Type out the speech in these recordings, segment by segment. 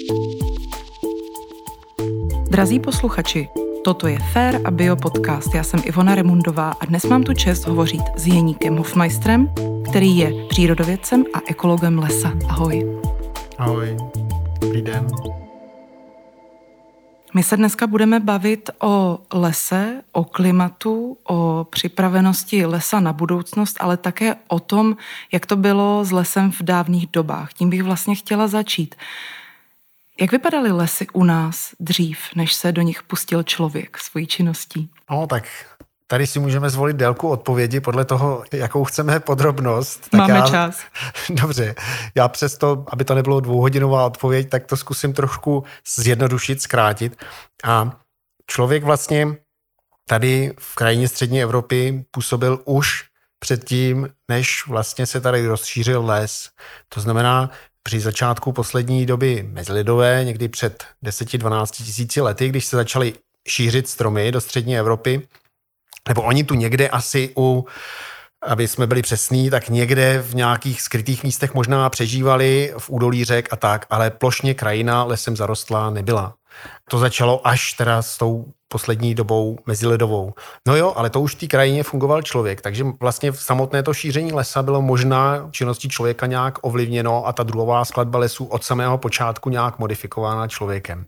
Drazí posluchači, toto je Fair a Bio podcast. Já jsem Ivona Remundová a dnes mám tu čest hovořit s Jeníkem Hofmeistrem, který je přírodovědcem a ekologem lesa. Ahoj. Ahoj, dobrý den. My se dneska budeme bavit o lese, o klimatu, o připravenosti lesa na budoucnost, ale také o tom, jak to bylo s lesem v dávných dobách. Tím bych vlastně chtěla začít. Jak vypadaly lesy u nás dřív, než se do nich pustil člověk svojí činností? No, tak tady si můžeme zvolit délku odpovědi podle toho, jakou chceme podrobnost. Tak Máme čas. Dobře, já přesto, aby to nebylo dvouhodinová odpověď, tak to zkusím trošku zjednodušit, zkrátit. A člověk vlastně tady v krajině střední Evropy působil už předtím, než vlastně se tady rozšířil les. To znamená, při začátku poslední doby mezilidové, někdy před 10-12 tisíci lety, když se začaly šířit stromy do střední Evropy, nebo oni tu někde asi aby jsme byli přesní, tak někde v nějakých skrytých místech možná přežívali v údolí řek a tak, ale plošně krajina lesem zarostlá nebyla. To začalo až teda s tou poslední dobou meziledovou. No jo, ale to už v té krajině fungoval člověk, takže vlastně v samotné to šíření lesa bylo možná činností člověka nějak ovlivněno a ta druhová skladba lesů od samého počátku nějak modifikována člověkem.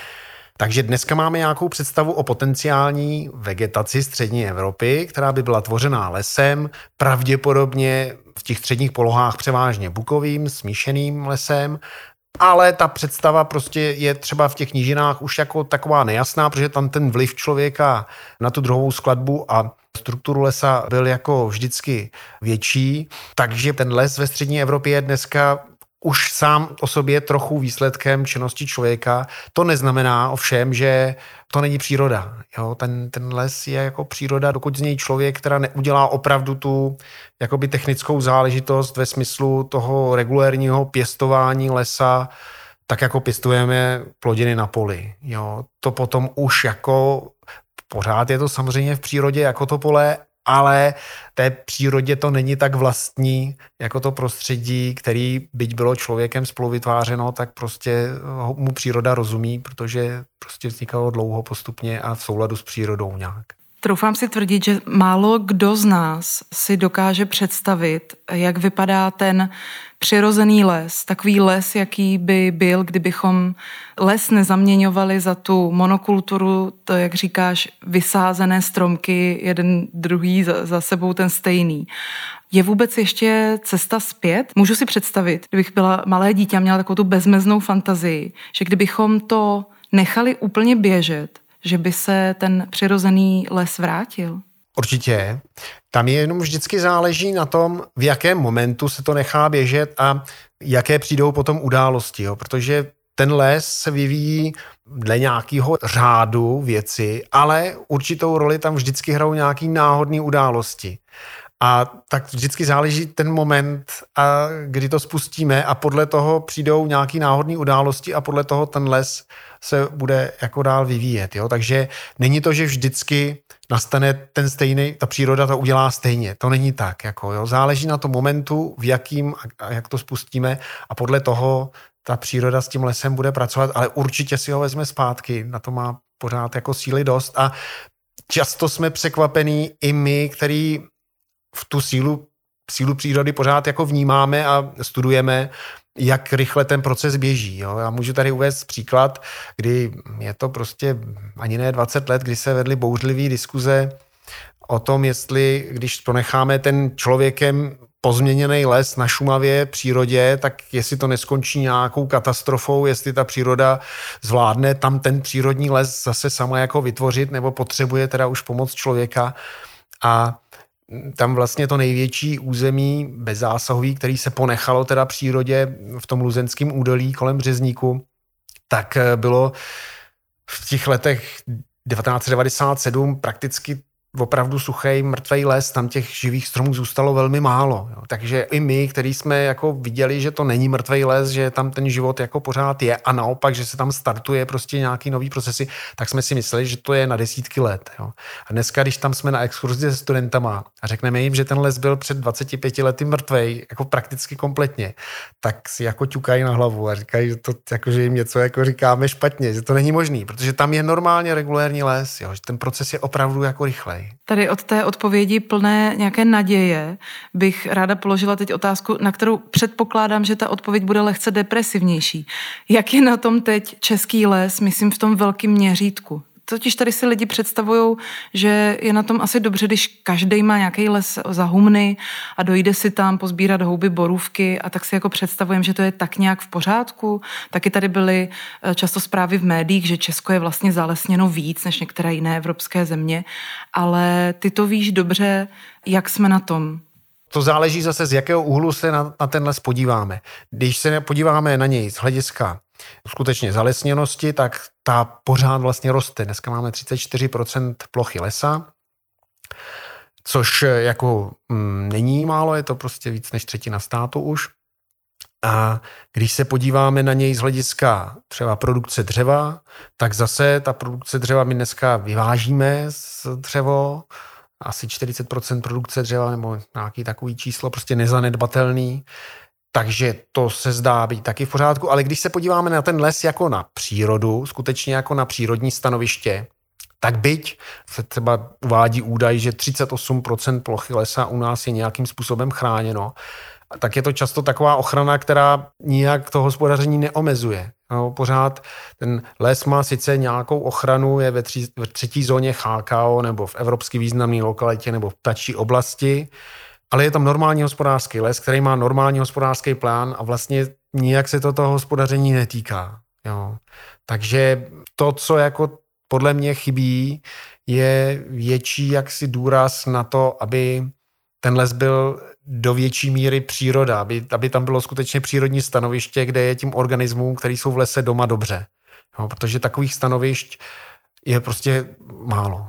Takže dneska máme nějakou představu o potenciální vegetaci střední Evropy, která by byla tvořená lesem, pravděpodobně v těch středních polohách převážně bukovým, smíšeným lesem, ale ta představa prostě je třeba v těch nížinách už jako taková nejasná, protože tam ten vliv člověka na tu druhovou skladbu a strukturu lesa byl jako vždycky větší, takže ten les ve střední Evropě je dneska už sám o sobě trochu výsledkem činnosti člověka. To neznamená ovšem, že to není příroda. Jo? Ten les je jako příroda, dokud z něj člověk teda neudělá opravdu tu jakoby technickou záležitost ve smyslu toho regulérního pěstování lesa, tak jako pěstujeme plodiny na poli. Jo? To potom už jako pořád je to samozřejmě v přírodě jako to pole, ale té přírodě to není tak vlastní jako to prostředí, který byť bylo člověkem spoluvytvářeno, tak prostě mu příroda rozumí, protože prostě vznikalo dlouho postupně a v souladu s přírodou nějak. Troufám si tvrdit, že málo kdo z nás si dokáže představit, jak vypadá ten přirozený les. Takový les, jaký by byl, kdybychom les nezaměňovali za tu monokulturu, to, jak říkáš, vysázené stromky, jeden druhý za sebou ten stejný. Je vůbec ještě cesta zpět? Můžu si představit, kdybych byla malé dítě a měla takovou tu bezmeznou fantazii, že kdybychom to nechali úplně běžet, že by se ten přirozený les vrátil? Určitě. Tam je jenom vždycky záleží na tom, v jakém momentu se to nechá běžet a jaké přijdou potom události. Jo? Protože ten les se vyvíjí dle nějakého řádu věci, ale určitou roli tam vždycky hrajou nějaký náhodné události. A tak vždycky záleží ten moment, kdy to spustíme a podle toho přijdou nějaký náhodné události a podle toho ten les se bude jako dál vyvíjet. Jo? Takže není to, že vždycky nastane ten stejný, ta příroda to udělá stejně. To není tak. Jako, jo? Záleží na tom momentu, v jakým a jak to spustíme a podle toho ta příroda s tím lesem bude pracovat, ale určitě si ho vezme zpátky. Na to má pořád jako síly dost a často jsme překvapení i my, který v tu sílu přírody pořád jako vnímáme a studujeme, jak rychle ten proces běží. Jo? Já můžu tady uvést příklad, kdy je to prostě ani ne 20 let, kdy se vedly bouřlivé diskuze o tom, jestli, když ponecháme ten člověkem pozměněný les na Šumavě, přírodě, tak jestli to neskončí nějakou katastrofou, jestli ta příroda zvládne tam ten přírodní les zase sama jako vytvořit, nebo potřebuje teda už pomoc člověka. A tam vlastně to největší území bezzásahový, který se ponechalo teda přírodě v tom Luzenském údolí kolem Březníku, tak bylo v těch letech 1997 prakticky opravdu suchý, mrtvej les, tam těch živých stromů zůstalo velmi málo. Jo. Takže i my, který jsme jako viděli, že to není mrtvej les, že tam ten život jako pořád je a naopak, že se tam startuje prostě nějaký nový procesy, tak jsme si mysleli, že to je na desítky let. Jo. A dneska, když tam jsme na exkurzi se studentama a řekneme jim, že ten les byl před 25 lety mrtvej, jako prakticky kompletně, tak si jako ťukají na hlavu a říkají, že to jako, že jim něco jako říkáme špatně, že to není možný, protože tam je normálně regulérní les, jo, že ten proces je opravdu jako rychlej. Tady od té odpovědi plné nějaké naděje bych ráda položila teď otázku, na kterou předpokládám, že ta odpověď bude lehce depresivnější. Jak je na tom teď český les, myslím v tom velkém měřítku? Totiž tady si lidi představují, že je na tom asi dobře, když každý má nějaký les za humny a dojde si tam pozbírat houby, borůvky a tak si jako představujeme, že to je tak nějak v pořádku. Taky tady byly často zprávy v médiích, že Česko je vlastně zalesněno víc než některé jiné evropské země, ale ty to víš dobře, jak jsme na tom. To záleží zase, z jakého úhlu se na ten les podíváme. Když se podíváme na něj z hlediska skutečně zalesněnosti, tak ta pořád vlastně roste. Dneska máme 34% plochy lesa, což jako není málo, je to prostě víc než třetina státu už. A když se podíváme na něj z hlediska třeba produkce dřeva, tak zase ta produkce dřeva my dneska vyvážíme z dřevo, asi 40% produkce dřeva nebo nějaký takový číslo, prostě nezanedbatelný. Takže to se zdá být taky v pořádku, ale když se podíváme na ten les jako na přírodu, skutečně jako na přírodní stanoviště, tak byť se třeba uvádí údaj, že 38% plochy lesa u nás je nějakým způsobem chráněno, tak je to často taková ochrana, která nijak to hospodaření neomezuje. No, pořád ten les má sice nějakou ochranu, je ve třetí zóně CHKO nebo v evropsky významné lokalitě nebo v ptačí oblasti, ale je tam normální hospodářský les, který má normální hospodářský plán a vlastně nijak se to toho hospodaření netýká. Jo. Takže to, co jako podle mě chybí, je větší jaksi důraz na to, aby ten les byl do větší míry příroda, aby tam bylo skutečně přírodní stanoviště, kde je tím organismům, který jsou v lese doma dobře. Jo, protože takových stanovišť je prostě málo.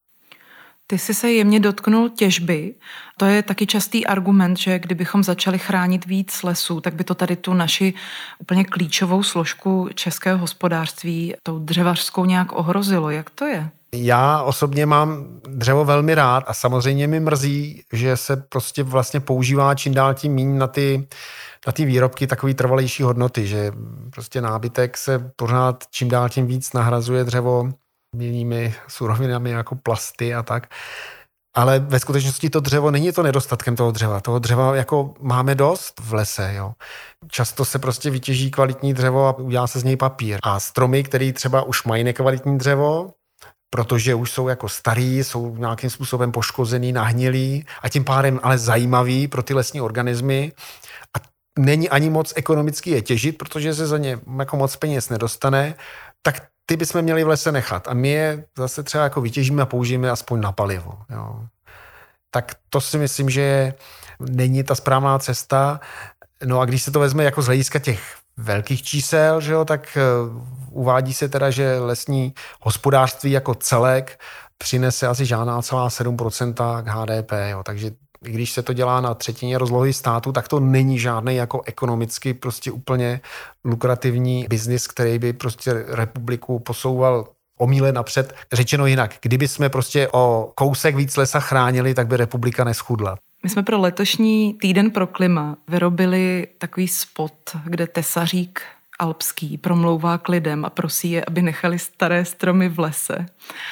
Ty jsi se jemně dotknul těžby. To je taky častý argument, že kdybychom začali chránit víc lesů, tak by to tady tu naši úplně klíčovou složku českého hospodářství, tou dřevařskou nějak ohrozilo. Jak to je? Já osobně mám dřevo velmi rád a samozřejmě mi mrzí, že se prostě vlastně používá čím dál tím míň na ty výrobky takový trvalejší hodnoty, že prostě nábytek se pořád čím dál tím víc nahrazuje dřevo jinými surovinami jako plasty a tak. Ale ve skutečnosti to dřevo není to nedostatkem toho dřeva. Toho dřeva jako máme dost v lese. Jo. Často se prostě vytěží kvalitní dřevo a udělá se z něj papír. A stromy, které třeba už mají nekvalitní dřevo, protože už jsou jako starý, jsou nějakým způsobem poškozený, nahnilý a tím pádem ale zajímavý pro ty lesní organismy a není ani moc ekonomicky je těžit, protože se za ně jako moc peněz nedostane, tak ty bychom měli v lese nechat a my je zase třeba jako vytěžíme a použijeme aspoň na palivo. Jo. Tak to si myslím, že není ta správná cesta. No a když se to vezme jako z hlediska těch velkých čísel, že jo, tak uvádí se teda, že lesní hospodářství jako celek přinese asi žádná celá 7% k HDP. Jo. Takže když se to dělá na třetině rozlohy státu, tak to není žádný jako ekonomicky prostě úplně lukrativní biznis, který by prostě republiku posouval o míle napřed. Řečeno jinak, kdyby jsme prostě o kousek víc lesa chránili, tak by republika neschudla. My jsme pro letošní týden pro klima vyrobili takový spot, kde tesařík alpský promlouvá k lidem a prosí je, aby nechali staré stromy v lese.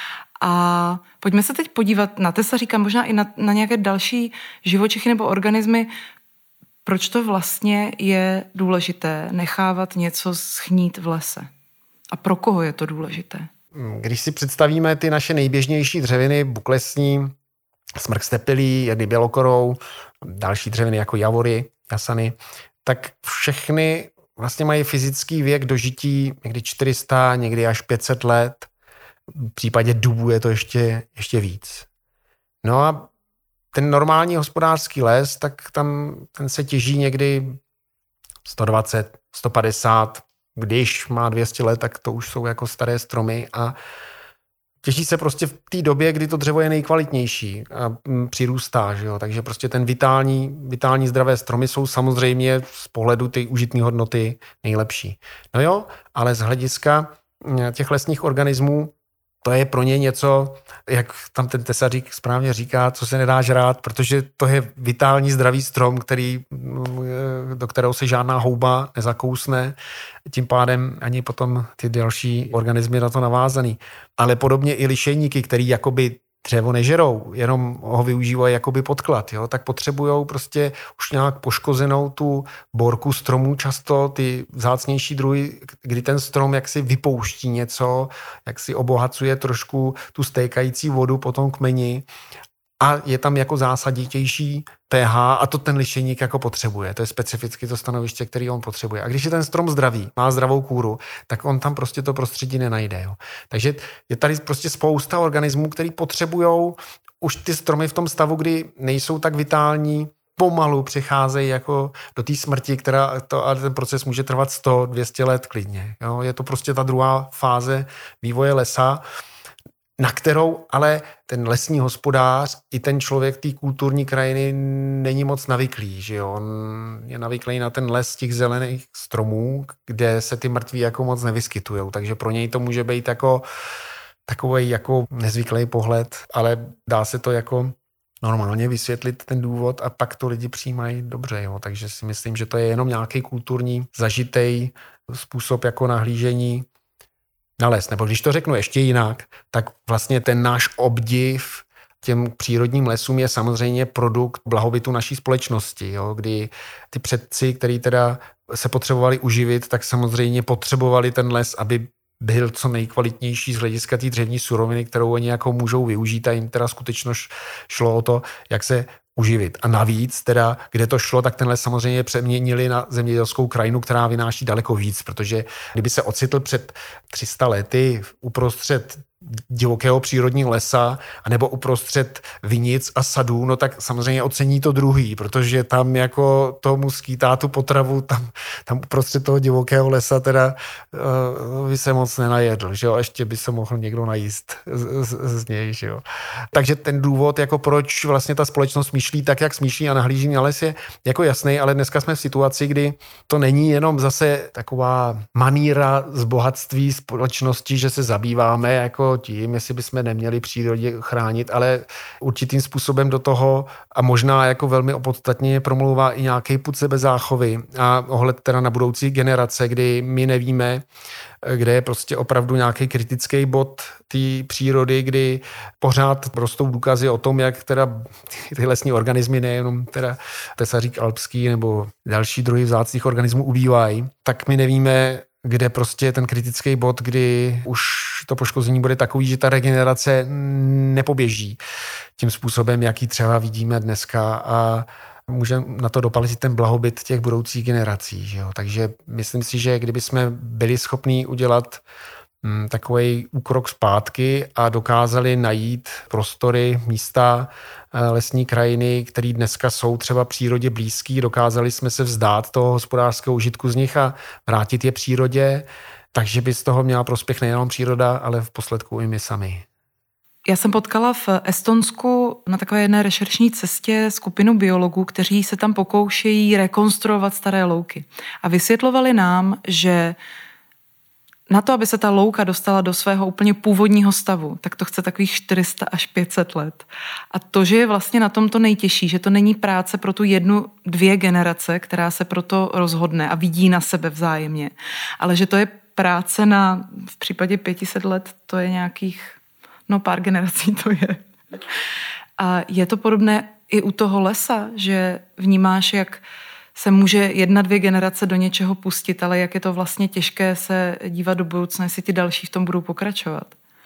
A pojďme se teď podívat na tesaříka, možná i na nějaké další živočichy nebo organismy. Proč to vlastně je důležité nechávat něco schnít v lese? A pro koho je to důležité? Když si představíme ty naše nejběžnější dřeviny, buklesní, smrk stepilý, jedny bělokorou, další dřeviny jako javory, jasany, tak všechny vlastně mají fyzický věk dožití někdy 400, někdy až 500 let. V případě dubu je to ještě víc. No a ten normální hospodářský les, tak tam ten se těží někdy 120, 150, když má 200 let, tak to už jsou jako staré stromy a těží se prostě v té době, kdy to dřevo je nejkvalitnější a přirůstá, že jo? Takže prostě ten vitální zdravé stromy jsou samozřejmě z pohledu ty užitné hodnoty nejlepší. No jo, ale z hlediska těch lesních organismů to je pro ně něco, jak tam ten tesařík správně říká, co se nedá žrát, protože to je vitální zdravý strom, do kterého se žádná houba nezakousne, tím pádem ani potom ty další organismy na to navázaný. Ale podobně i lišejníky, který jakoby dřevo nežerou, jenom ho využívají jakoby podklad, jo? Tak potřebujou prostě už nějak poškozenou tu borku stromů, často ty vzácnější druhy, kdy ten strom jaksi vypouští něco, jak si obohacuje trošku tu stékající vodu po tom kmeni a je tam jako zásaditější pH a to ten lišejník jako potřebuje. To je specificky to stanoviště, který on potřebuje. A když je ten strom zdravý, má zdravou kůru, tak on tam prostě to prostředí nenajde. Jo. Takže je tady prostě spousta organismů, který potřebujou už ty stromy v tom stavu, kdy nejsou tak vitální, pomalu přicházejí jako do té smrti, ale ten proces může trvat 100-200 let klidně. Jo. Je to prostě ta druhá fáze vývoje lesa, na kterou ale ten lesní hospodář i ten člověk té kulturní krajiny není moc navyklý, že jo? On je navyklý na ten les těch zelených stromů, kde se ty mrtví jako moc nevyskytujou, takže pro něj to může být jako takový jako nezvyklý pohled, ale dá se to jako normálně vysvětlit ten důvod a pak to lidi přijímají dobře, jo? Takže si myslím, že to je jenom nějaký kulturní zažitej způsob jako nahlížení na les. Nebo když to řeknu ještě jinak, tak vlastně ten náš obdiv těm přírodním lesům je samozřejmě produkt blahobytu naší společnosti, jo? Kdy ty předci, který teda se potřebovali uživit, tak samozřejmě potřebovali ten les, aby byl co nejkvalitnější z hlediska té dřevní suroviny, kterou oni jako můžou využít a jim teda skutečně šlo o to, jak se uživit. A navíc teda, kde to šlo, tak ten les samozřejmě přeměnili na zemědělskou krajinu, která vynáší daleko víc, protože kdyby se ocitl před 300 lety uprostřed divokého přírodního lesa anebo uprostřed vinic a sadů, no tak samozřejmě ocení to druhý, protože tam jako tomu skýtá tu potravu, tam uprostřed toho divokého lesa teda by se moc nenajedl, že jo, a ještě by se mohl někdo najíst z něj, že jo. Takže ten důvod, jako proč vlastně ta společnost smýšlí tak, jak smýšlí a nahlíží na les je jako jasný, ale dneska jsme v situaci, kdy to není jenom zase taková maníra z bohatství společnosti, že se zabýváme jako tím, jestli bychom neměli přírodě chránit, ale určitým způsobem do toho a možná jako velmi opodstatně promlouvá i nějaký pud sebezáchovy a ohled teda na budoucí generace, kdy my nevíme, kde je prostě opravdu nějaký kritický bod té přírody, kdy pořád rostou důkazy o tom, jak teda ty lesní organismy, nejenom teda tesařík alpský nebo další druhy vzácných organismů ubývají, tak my nevíme, kde prostě je ten kritický bod, kdy už to poškození bude takový, že ta regenerace nepoběží tím způsobem, jaký třeba vidíme dneska a může na to dopalit ten blahobyt těch budoucích generací. Že jo? Takže myslím si, že kdyby jsme byli schopní udělat takový úkrok zpátky a dokázali najít prostory, místa, lesní krajiny, které dneska jsou třeba přírodě blízký, dokázali jsme se vzdát toho hospodářského užitku z nich a vrátit je přírodě, takže by z toho měla prospěch nejenom příroda, ale v posledku i my sami. Já jsem potkala v Estonsku na takové jedné rešeršní cestě skupinu biologů, kteří se tam pokoušejí rekonstruovat staré louky. A vysvětlovali nám, že na to, aby se ta louka dostala do svého úplně původního stavu, tak to chce takových 400 až 500 let. A to, že je vlastně na tom to nejtěžší, že to není práce pro tu 1-2 generace, která se proto rozhodne a vidí na sebe vzájemně, ale že to je práce na, v případě 500 let, to je nějakých, pár generací to je. A je to podobné i u toho lesa, že vnímáš, jak se může 1-2 generace do něčeho pustit, ale jak je to vlastně těžké se dívat do budoucna, jestli ti další v tom budou pokračovat.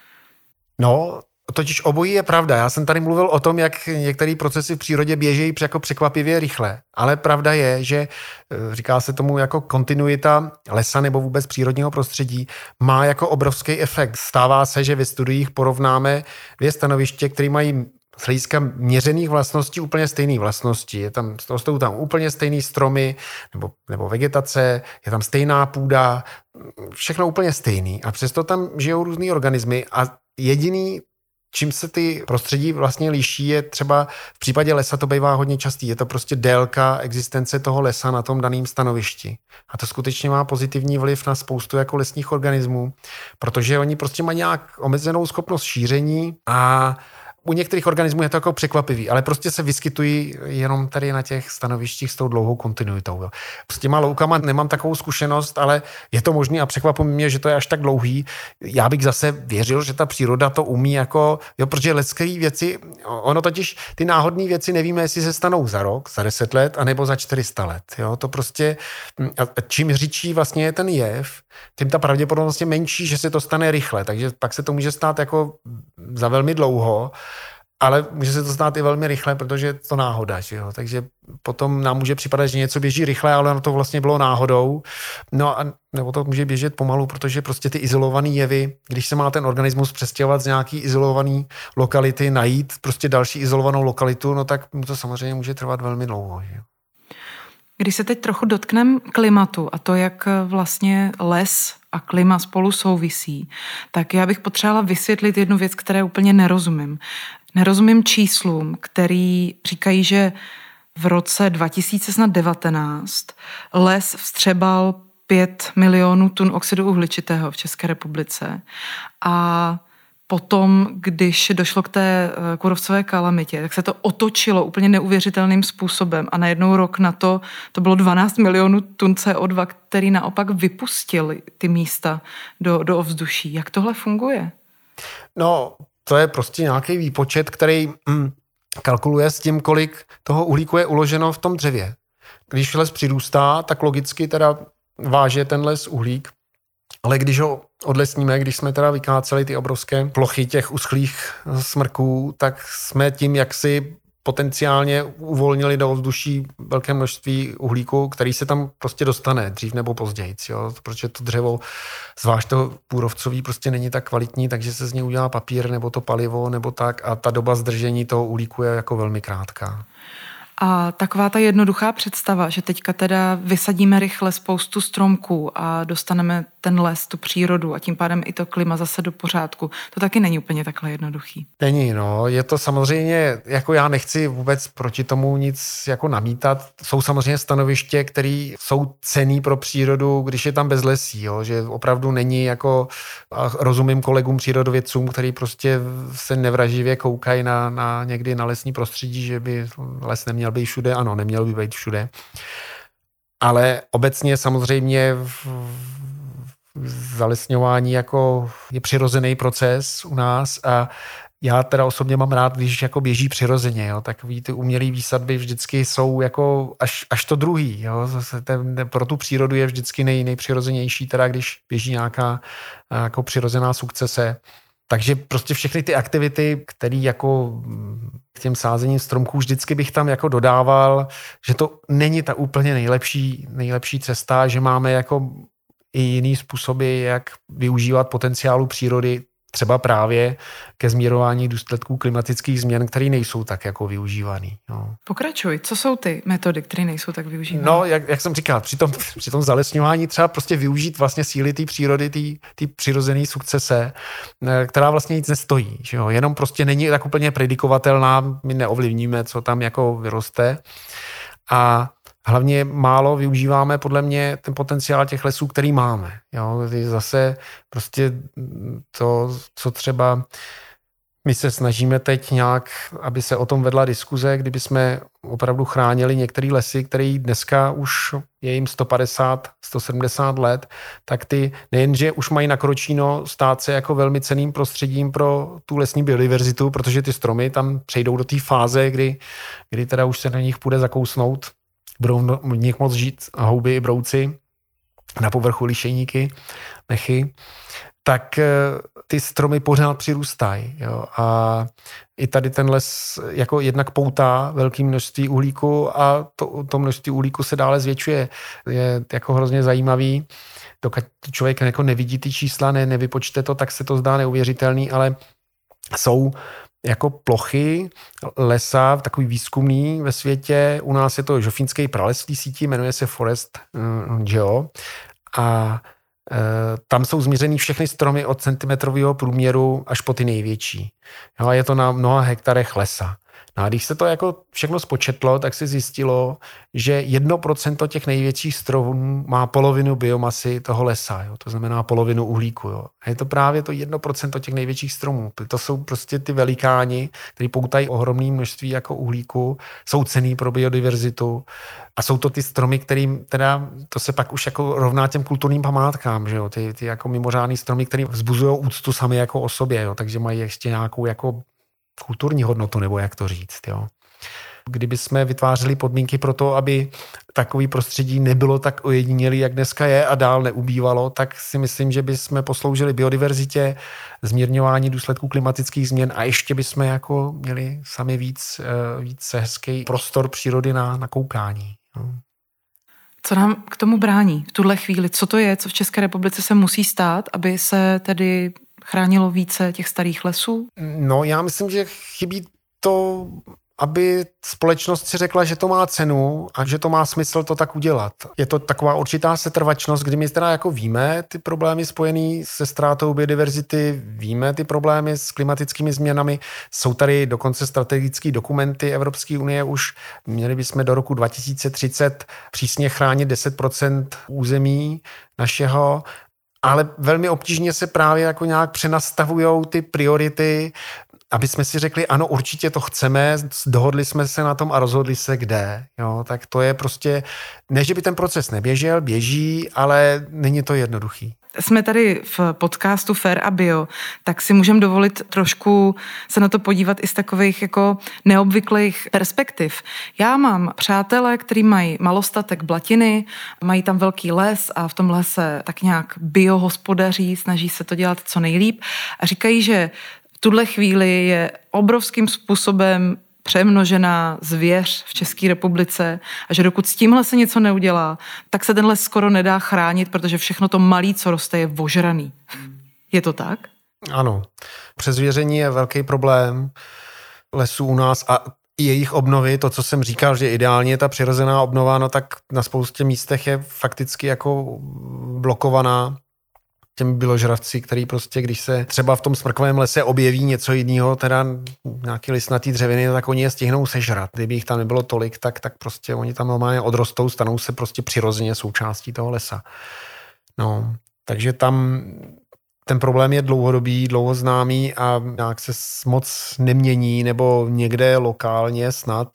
No, totiž obojí je pravda. Já jsem tady mluvil o tom, jak některé procesy v přírodě běžejí jako překvapivě rychle. Ale pravda je, že říká se tomu jako kontinuita lesa nebo vůbec přírodního prostředí má jako obrovský efekt. Stává se, že ve studiích porovnáme 2 stanoviště, které mají z hlediska měřených vlastností úplně stejné vlastnosti. Rostou tam úplně stejné stromy nebo vegetace, je tam stejná půda, všechno úplně stejný. A přesto tam žijou různý organismy a jediný, čím se ty prostředí vlastně liší, je třeba v případě lesa to bývá hodně častý. Je to prostě délka existence toho lesa na tom daném stanovišti. A to skutečně má pozitivní vliv na spoustu jako lesních organismů, protože oni prostě mají nějak omezenou schopnost šíření a u některých organismů je to jako překvapivý, ale prostě se vyskytují jenom tady na těch stanovištích s tou dlouhou kontinuitou. Jo. S těma loukama nemám takovou zkušenost, ale je to možné a překvapuje mě, že to je až tak dlouhý. Já bych zase věřil, že ta příroda to umí jako, jo, protože lidské věci, ono totiž ty náhodné věci nevíme, jestli se stanou za rok, za 10 let, anebo za 400 let. Jo. To prostě, a čím řidší vlastně je ten jev, tím ta pravděpodobnost je menší, že se to stane rychle, takže pak se to může stát jako za velmi dlouho, ale může se to stát i velmi rychle, protože je to náhoda, že jo? Takže potom nám může připadat, že něco běží rychle, ale na to vlastně bylo náhodou. No a nebo to může běžet pomalu, protože prostě ty izolované jevy, když se má ten organismus přestěhovat z nějaký izolované lokality, najít prostě další izolovanou lokalitu, no tak to samozřejmě může trvat velmi dlouho, že jo? Když se teď trochu dotkneme klimatu a to, jak vlastně les a klima spolu souvisí, tak já bych potřebovala vysvětlit jednu věc, které úplně nerozumím. Nerozumím číslům, který říkají, že v roce 2019 les vstřebal 5 milionů tun oxidu uhličitého v České republice a potom, když došlo k té kůrovcové kalamitě, tak se to otočilo úplně neuvěřitelným způsobem a najednou rok na to bylo 12 milionů tun CO2, který naopak vypustili ty místa do ovzduší. Jak tohle funguje? No, to je prostě nějaký výpočet, který kalkuluje s tím, kolik toho uhlíku je uloženo v tom dřevě. Když les přirůstá, tak logicky teda váže ten les uhlík, ale když ho odlesníme, když jsme teda vykáceli ty obrovské plochy těch uschlých smrků, tak jsme tím jaksi potenciálně uvolnili do ovzduší velké množství uhlíku, který se tam prostě dostane dřív nebo později, jo? Protože to dřevo, zvlášť to kůrovcový, prostě není tak kvalitní, takže se z něj udělá papír nebo to palivo nebo tak a ta doba zdržení toho uhlíku je jako velmi krátká. A taková ta jednoduchá představa, že teďka teda vysadíme rychle spoustu stromků a dostaneme ten les, tu přírodu a tím pádem i to klima zase do pořádku, to taky není úplně takhle jednoduchý. Není, no. Je to samozřejmě, jako já nechci vůbec proti tomu nic jako namítat. Jsou samozřejmě stanoviště, které jsou cenný pro přírodu, když je tam bezlesí, jo? Že opravdu není jako, a rozumím kolegům přírodovědcům, který prostě se nevraživě koukají někdy na lesní prostředí, že by les neměl být všude, ano, neměl by být všude. Ale obecně samozřejmě zalesňování jako je přirozený proces u nás a já teda osobně mám rád, když jako běží přirozeně, jo. Takový ty umělý výsadby vždycky jsou jako až to druhý, jo. Pro tu přírodu je vždycky nejpřirozenější, teda když běží nějaká jako přirozená sukcese. Takže prostě všechny ty aktivity, které jako k těm sázením stromků vždycky bych tam jako dodával, že to není ta úplně nejlepší cesta, že máme jako i jiný způsoby, jak využívat potenciálu přírody, třeba právě ke zmírování důsledků klimatických změn, které nejsou tak jako využívaný. No. Pokračuj, co jsou ty metody, které nejsou tak využívané? No, jak jsem říkal, při tom zalesňování třeba prostě využít vlastně síly té přírody, té přirozené sukcese, která vlastně nic nestojí. Že jo? Jenom prostě není tak úplně predikovatelná, my neovlivníme, co tam jako vyroste. A hlavně málo využíváme podle mě ten potenciál těch lesů, který máme. Jo? Zase prostě to, co třeba my se snažíme teď nějak, aby se o tom vedla diskuze, kdyby jsme opravdu chránili některé lesy, které dneska už je jim 150, 170 let, tak ty nejenže už mají nakročíno stát se jako velmi cenným prostředím pro tu lesní biodiverzitu, protože ty stromy tam přejdou do té fáze, kdy teda už se na nich půjde zakousnout, budou v nich moc žít houby i brouci, na povrchu lišejníky, mechy, tak ty stromy pořád přirůstají. Jo? A i tady ten les jako jednak poutá velké množství uhlíku a to množství uhlíku se dále zvětšuje. Je jako hrozně zajímavý, dokud člověk jako nevidí ty čísla, nevypočte to, tak se to zdá neuvěřitelný, ale jsou jako plochy lesa, takový výzkumný ve světě. U nás je to Žofínský prales v té síti, jmenuje se Forest Geo. A tam jsou změřený všechny stromy od centimetrového průměru až po ty největší. Jo, a je to na mnoha hektarech lesa. No a když se to jako všechno spočetlo, tak se zjistilo, že 1% těch největších stromů má polovinu biomasy toho lesa, jo? To znamená polovinu uhlíku. Jo? A je to právě to 1% těch největších stromů. To jsou prostě ty velikáni, kteří poutají ohromné množství jako uhlíku, jsou cenný pro biodiverzitu a jsou to ty stromy, kterým teda, to se pak už jako rovná těm kulturním památkám, že jo? Ty jako mimořádný stromy, které vzbuzují úctu sami jako o sobě, jo? Takže mají ještě nějakou jako kulturní hodnotu, nebo jak to říct. Jo. Kdyby jsme vytvářeli podmínky pro to, aby takový prostředí nebylo tak ojedinělý, jak dneska je a dál neubývalo, tak si myslím, že bychom posloužili biodiverzitě, zmírňování důsledků klimatických změn a ještě bychom jako měli sami víc hezký prostor přírody na koukání. Jo. Co nám k tomu brání v tuhle chvíli? Co to je, co v České republice se musí stát, aby se tedy chránilo více těch starých lesů? No, já myslím, že chybí to, aby společnost si řekla, že to má cenu a že to má smysl to tak udělat. Je to taková určitá setrvačnost, kdy my teda jako víme ty problémy spojené se ztrátou biodiverzity, víme ty problémy s klimatickými změnami. Jsou tady dokonce strategické dokumenty Evropské unie už. Měli bychom do roku 2030 přísně chránit 10% území našeho, ale velmi obtížně se právě jako nějak přenastavujou ty priority, aby jsme si řekli, ano, určitě to chceme, dohodli jsme se na tom a rozhodli se kde. Jo, tak to je prostě, ne, že by ten proces neběžel, běží, ale není to jednoduchý. Jsme tady v podcastu Fair a Bio, tak si můžeme dovolit trošku se na to podívat i z takových jako neobvyklých perspektiv. Já mám přátele, kteří mají malostatek Blatiny, mají tam velký les a v tom lese tak nějak biohospodaří, snaží se to dělat co nejlíp a říkají, že v tuhle chvíli je obrovským způsobem přemnožená zvěř v České republice a že dokud s tímhle se něco neudělá, tak se ten les skoro nedá chránit, protože všechno to malé, co roste, je ožraný. Je to tak? Ano. Přezvěření je velký problém lesů u nás a i jejich obnovy, to, co jsem říkal, že ideálně je ta přirozená obnova, no tak na spoustě místech je fakticky jako blokovaná těmi byložravci, který prostě, když se třeba v tom smrkovém lese objeví něco jiného, teda nějaký listnatý dřeviny, tak oni je stihnou sežrat. Kdyby jich tam nebylo tolik, tak prostě oni tam normálně odrostou, stanou se prostě přirozeně součástí toho lesa. No, takže tam ten problém je dlouhodobý, dlouhoznámý a nějak se moc nemění, nebo někde lokálně snad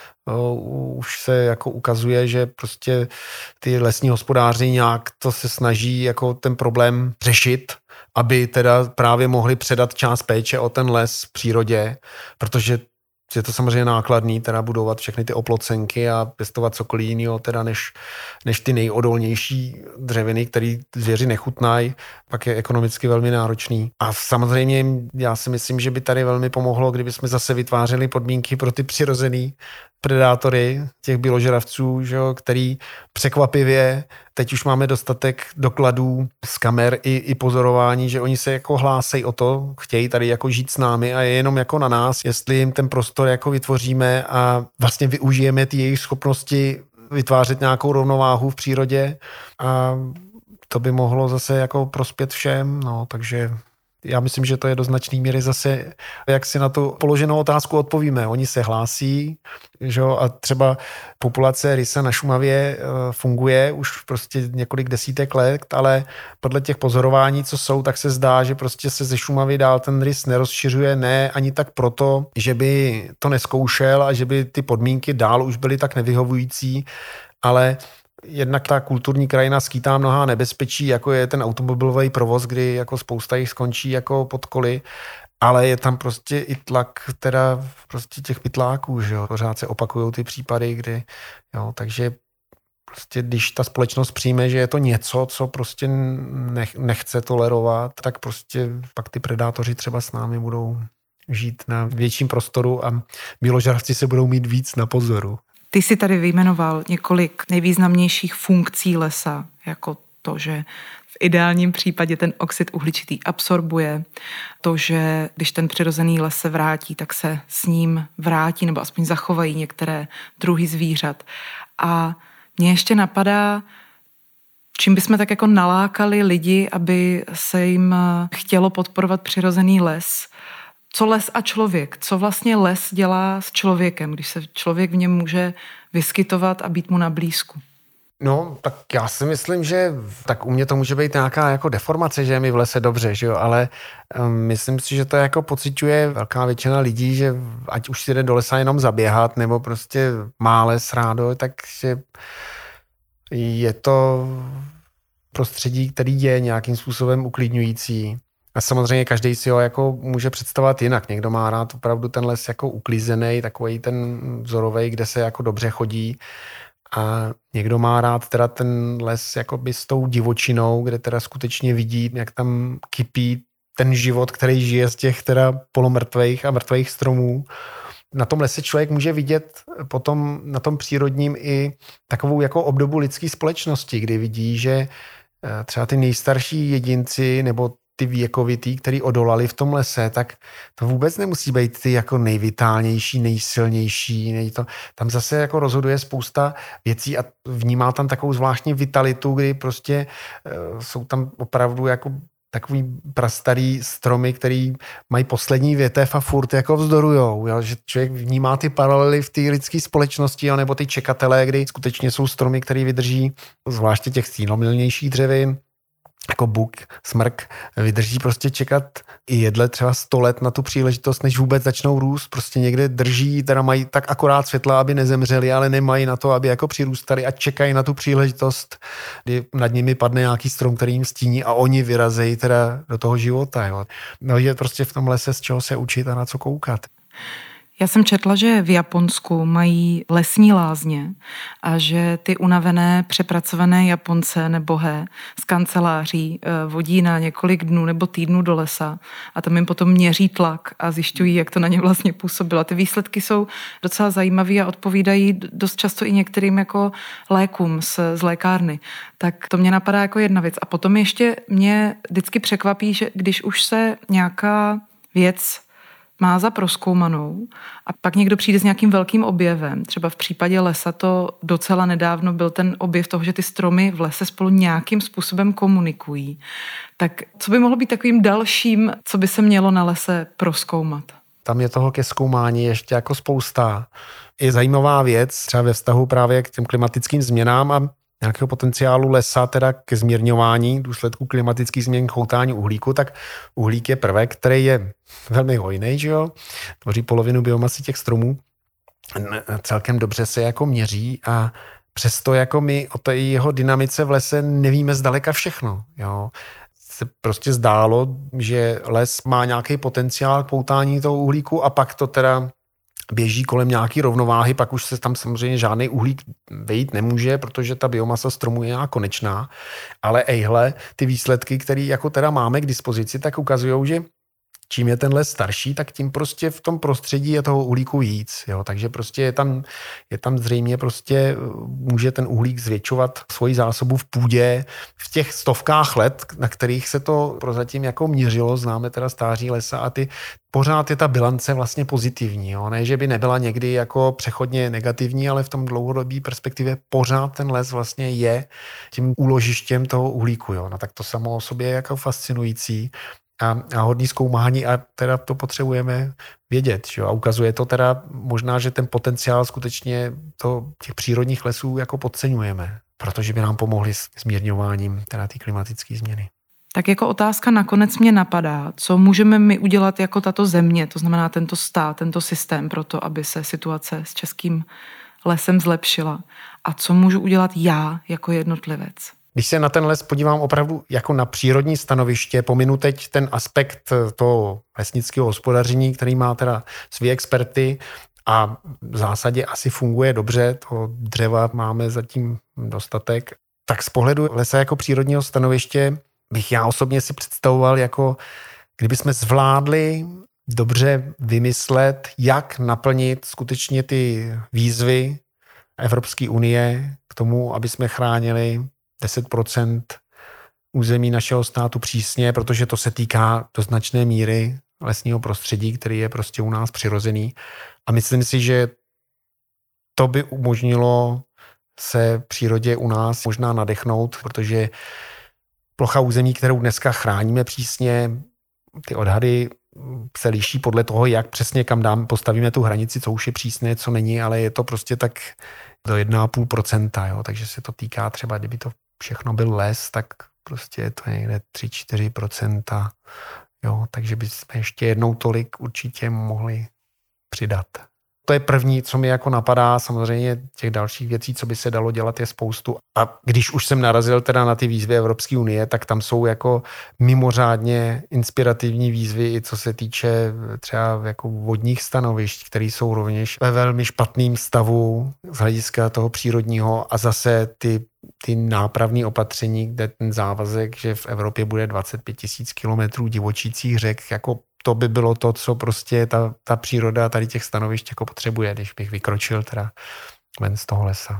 už se jako ukazuje, že prostě ty lesní hospodáři nějak to se snaží jako ten problém řešit, aby teda právě mohli předat část péče o ten les v přírodě, protože je to samozřejmě nákladný, teda budovat všechny ty oplocenky a pěstovat cokoliv jiného, teda než ty nejodolnější dřeviny, které zvěři nechutnají, pak je ekonomicky velmi náročný. A samozřejmě já si myslím, že by tady velmi pomohlo, kdyby jsme zase vytvářeli podmínky pro ty přirozený predátory těch byložravců, že jo, který překvapivě, teď už máme dostatek dokladů z kamer i pozorování, že oni se jako hlásejí o to, chtějí tady jako žít s námi a je jenom jako na nás, jestli jim ten prostor jako vytvoříme a vlastně využijeme ty jejich schopnosti vytvářet nějakou rovnováhu v přírodě a to by mohlo zase jako prospět všem, no, takže já myslím, že to je do značné míry zase, jak si na tu položenou otázku odpovíme. Oni se hlásí, že jo, a třeba populace rysa na Šumavě funguje už prostě několik desítek let, ale podle těch pozorování, co jsou, tak se zdá, že prostě se ze Šumavy dál ten rys nerozšiřuje, ne ani tak proto, že by to nezkoušel a že by ty podmínky dál už byly tak nevyhovující, ale jednak ta kulturní krajina skýtá mnohá nebezpečí, jako je ten automobilový provoz, kdy jako spousta jich skončí jako pod koly, ale je tam prostě i tlak teda prostě těch pytláků, že jo. Pořád se opakujou ty případy, kdy, jo, takže prostě když ta společnost přijme, že je to něco, co prostě nechce tolerovat, tak prostě pak ty predátoři třeba s námi budou žít na větším prostoru a byložravci se budou mít víc na pozoru. Ty jsi tady vyjmenoval několik nejvýznamnějších funkcí lesa, jako to, že v ideálním případě ten oxid uhličitý absorbuje, to, že když ten přirozený les se vrátí, tak se s ním vrátí nebo aspoň zachovají některé druhy zvířat. A mně ještě napadá čím bychom tak jako nalákali lidi, aby se jim chtělo podporovat přirozený les. Co les a člověk? Co vlastně les dělá s člověkem, když se člověk v něm může vyskytovat a být mu na blízku? No, tak já si myslím, že tak u mě to může být nějaká jako deformace, že je mi v lese dobře, že jo, ale myslím si, že to jako pociťuje velká většina lidí, že ať už si jde do lesa jenom zaběhat, nebo prostě má les rádo, takže je to prostředí, který je nějakým způsobem uklidňující. A samozřejmě každý si ho jako může představovat jinak. Někdo má rád opravdu ten les jako uklízený, takový ten vzorový, kde se jako dobře chodí. A někdo má rád teda ten les jakoby s tou divočinou, kde teda skutečně vidí, jak tam kypí ten život, který žije z těch teda polomrtvých a mrtvých stromů. Na tom lese člověk může vidět potom na tom přírodním i takovou jako obdobu lidské společnosti, kdy vidí, že třeba ty nejstarší jedinci nebo ty věkovitý, který odolali v tom lese, tak to vůbec nemusí být ty jako nejvitálnější, nejsilnější. Tam zase jako rozhoduje spousta věcí a vnímá tam takovou zvláštní vitalitu, kdy prostě jsou tam opravdu jako takový prastarý stromy, který mají poslední větev a furt jako vzdorujou. Jo? Že člověk vnímá ty paralely v té lidské společnosti, nebo ty čekatelé, kdy skutečně jsou stromy, které vydrží, zvláště těch střínomilnějších dřevin, jako buk, smrk, vydrží prostě čekat i jedle třeba 100 let na tu příležitost, než vůbec začnou růst. Prostě někde drží, teda mají tak akorát světla, aby nezemřeli, ale nemají na to, aby jako přirůstali a čekají na tu příležitost, kdy nad nimi padne nějaký strom, který jim stíní a oni vyrazejí teda do toho života. Jo. No je prostě v tom lese z čeho se učit a na co koukat. Já jsem četla, že v Japonsku mají lesní lázně a že ty unavené, přepracované Japonce nebohé z kanceláří vodí na několik dnů nebo týdnů do lesa a tam jim potom měří tlak a zjišťují, jak to na ně vlastně působilo. Ty výsledky jsou docela zajímavé a odpovídají dost často i některým jako lékům z lékárny. Tak to mě napadá jako jedna věc. A potom ještě mě vždycky překvapí, že když už se nějaká věc má za prozkoumanou a pak někdo přijde s nějakým velkým objevem. Třeba v případě lesa to docela nedávno byl ten objev toho, že ty stromy v lese spolu nějakým způsobem komunikují. Tak co by mohlo být takovým dalším, co by se mělo na lese prozkoumat? Tam je toho ke zkoumání ještě jako spousta. Je zajímavá věc třeba ve vztahu právě k těm klimatickým změnám a nějakého potenciálu lesa teda ke zmírňování důsledků klimatických změn, choutání uhlíku, tak uhlík je prvek, který je velmi hojný, že jo? Tvoří polovinu biomasy těch stromů. Celkem dobře se jako měří a přesto jako my o té jeho dynamice v lese nevíme zdaleka všechno, jo? Se prostě zdálo, že les má nějaký potenciál k poutání toho uhlíku a pak to teda běží kolem nějaký rovnováhy, pak už se tam samozřejmě žádný uhlík vejít nemůže, protože ta biomasa stromu je nějak konečná. Ale ejhle, ty výsledky, které jako teda máme k dispozici, tak ukazují, že čím je ten les starší, tak tím prostě v tom prostředí je toho uhlíku víc. Jo? Takže prostě je tam zřejmě prostě může ten uhlík zvětšovat svoji zásobu v půdě v těch stovkách let, na kterých se to prozatím jako měřilo, známe teda stáří lesa a pořád je ta bilance vlastně pozitivní. Jo? Ne, že by nebyla někdy jako přechodně negativní, ale v tom dlouhodobé perspektivě pořád ten les vlastně je tím úložištěm toho uhlíku. Jo? No tak to samo o sobě je jako fascinující. A hodný zkoumání a teda to potřebujeme vědět. Že? A ukazuje to teda možná, že ten potenciál skutečně těch přírodních lesů jako podceňujeme, protože by nám pomohli s zmírňováním teda té klimatické změny. Tak jako otázka nakonec mě napadá, co můžeme my udělat jako tato země, to znamená tento stát, tento systém pro to, aby se situace s českým lesem zlepšila. A co můžu udělat já jako jednotlivec? Když se na ten les podívám opravdu jako na přírodní stanoviště, pominu teď ten aspekt toho lesnického hospodaření, který má teda svý experty a v zásadě asi funguje dobře, toho dřeva máme zatím dostatek, tak z pohledu lesa jako přírodního stanoviště bych já osobně si představoval, jako kdyby jsme zvládli dobře vymyslet, jak naplnit skutečně ty výzvy Evropské unie k tomu, aby jsme chránili 10% území našeho státu přísně, protože to se týká do značné míry lesního prostředí, který je prostě u nás přirozený. A myslím si, že to by umožnilo se přírodě u nás možná nadechnout, protože plocha území, kterou dneska chráníme přísně, ty odhady se liší podle toho, jak přesně kam postavíme tu hranici, co už je přísné, co není, ale je to prostě tak do 1,5%, jo, takže se to týká třeba, kdyby to všechno byl les, tak prostě je to někde 3-4%, jo, takže bychom ještě jednou tolik určitě mohli přidat. To je první, co mi jako napadá. Samozřejmě těch dalších věcí, co by se dalo dělat, je spoustu. A když už jsem narazil teda na ty výzvy Evropské unie, tak tam jsou jako mimořádně inspirativní výzvy, i co se týče třeba jako vodních stanovišť, které jsou rovněž ve velmi špatném stavu z hlediska toho přírodního, a zase ty nápravné opatření, kde ten závazek, že v Evropě bude 25 000 kilometrů divočících řek, jako to by bylo to, co prostě ta příroda tady těch stanovišť jako potřebuje, když bych vykročil teda ven z toho lesa.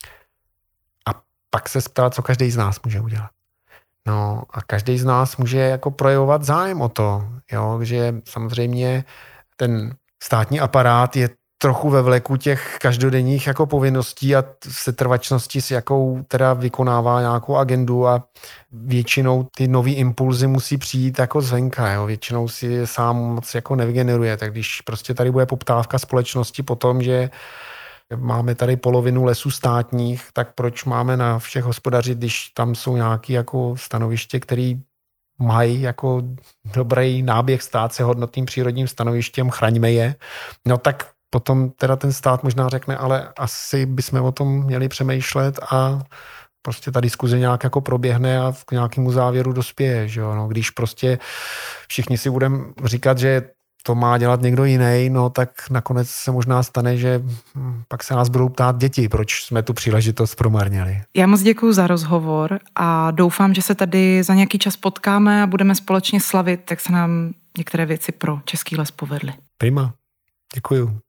A pak se ptát, co každý z nás může udělat. No a každý z nás může jako projevovat zájem o to, jo, že samozřejmě ten státní aparát je trochu ve vleku těch každodenních jako povinností a setrvačnosti, s jakou teda vykonává nějakou agendu, a většinou ty nový impulzy musí přijít jako zvenka, jo. Většinou si je sám moc jako nevygeneruje, tak když prostě tady bude poptávka společnosti po tom, že máme tady polovinu lesů státních, tak proč máme na všech hospodařit, když tam jsou nějaké jako stanoviště, které mají jako dobrý náběh, stát se hodnotným přírodním stanovištěm, chraňme je, no tak potom teda ten stát možná řekne, ale asi bychom o tom měli přemýšlet a prostě ta diskuze nějak jako proběhne a k nějakému závěru dospěje, že jo? No, když prostě všichni si budeme říkat, že to má dělat někdo jiný, no tak nakonec se možná stane, že pak se nás budou ptát děti, proč jsme tu příležitost promarnili. Já moc děkuju za rozhovor a doufám, že se tady za nějaký čas potkáme a budeme společně slavit, jak se nám některé věci pro Český les povedly. Prima, děkuju.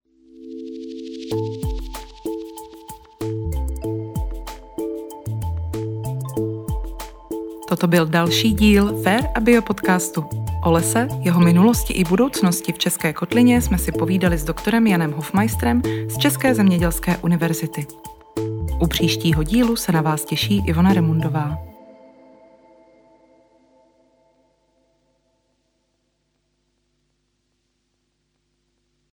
Toto byl další díl Fair a Bio podcastu. O lese, jeho minulosti i budoucnosti v České kotlině jsme si povídali s doktorem Janem Hofmeistrem z České zemědělské univerzity. U příštího dílu se na vás těší Ivona Remundová.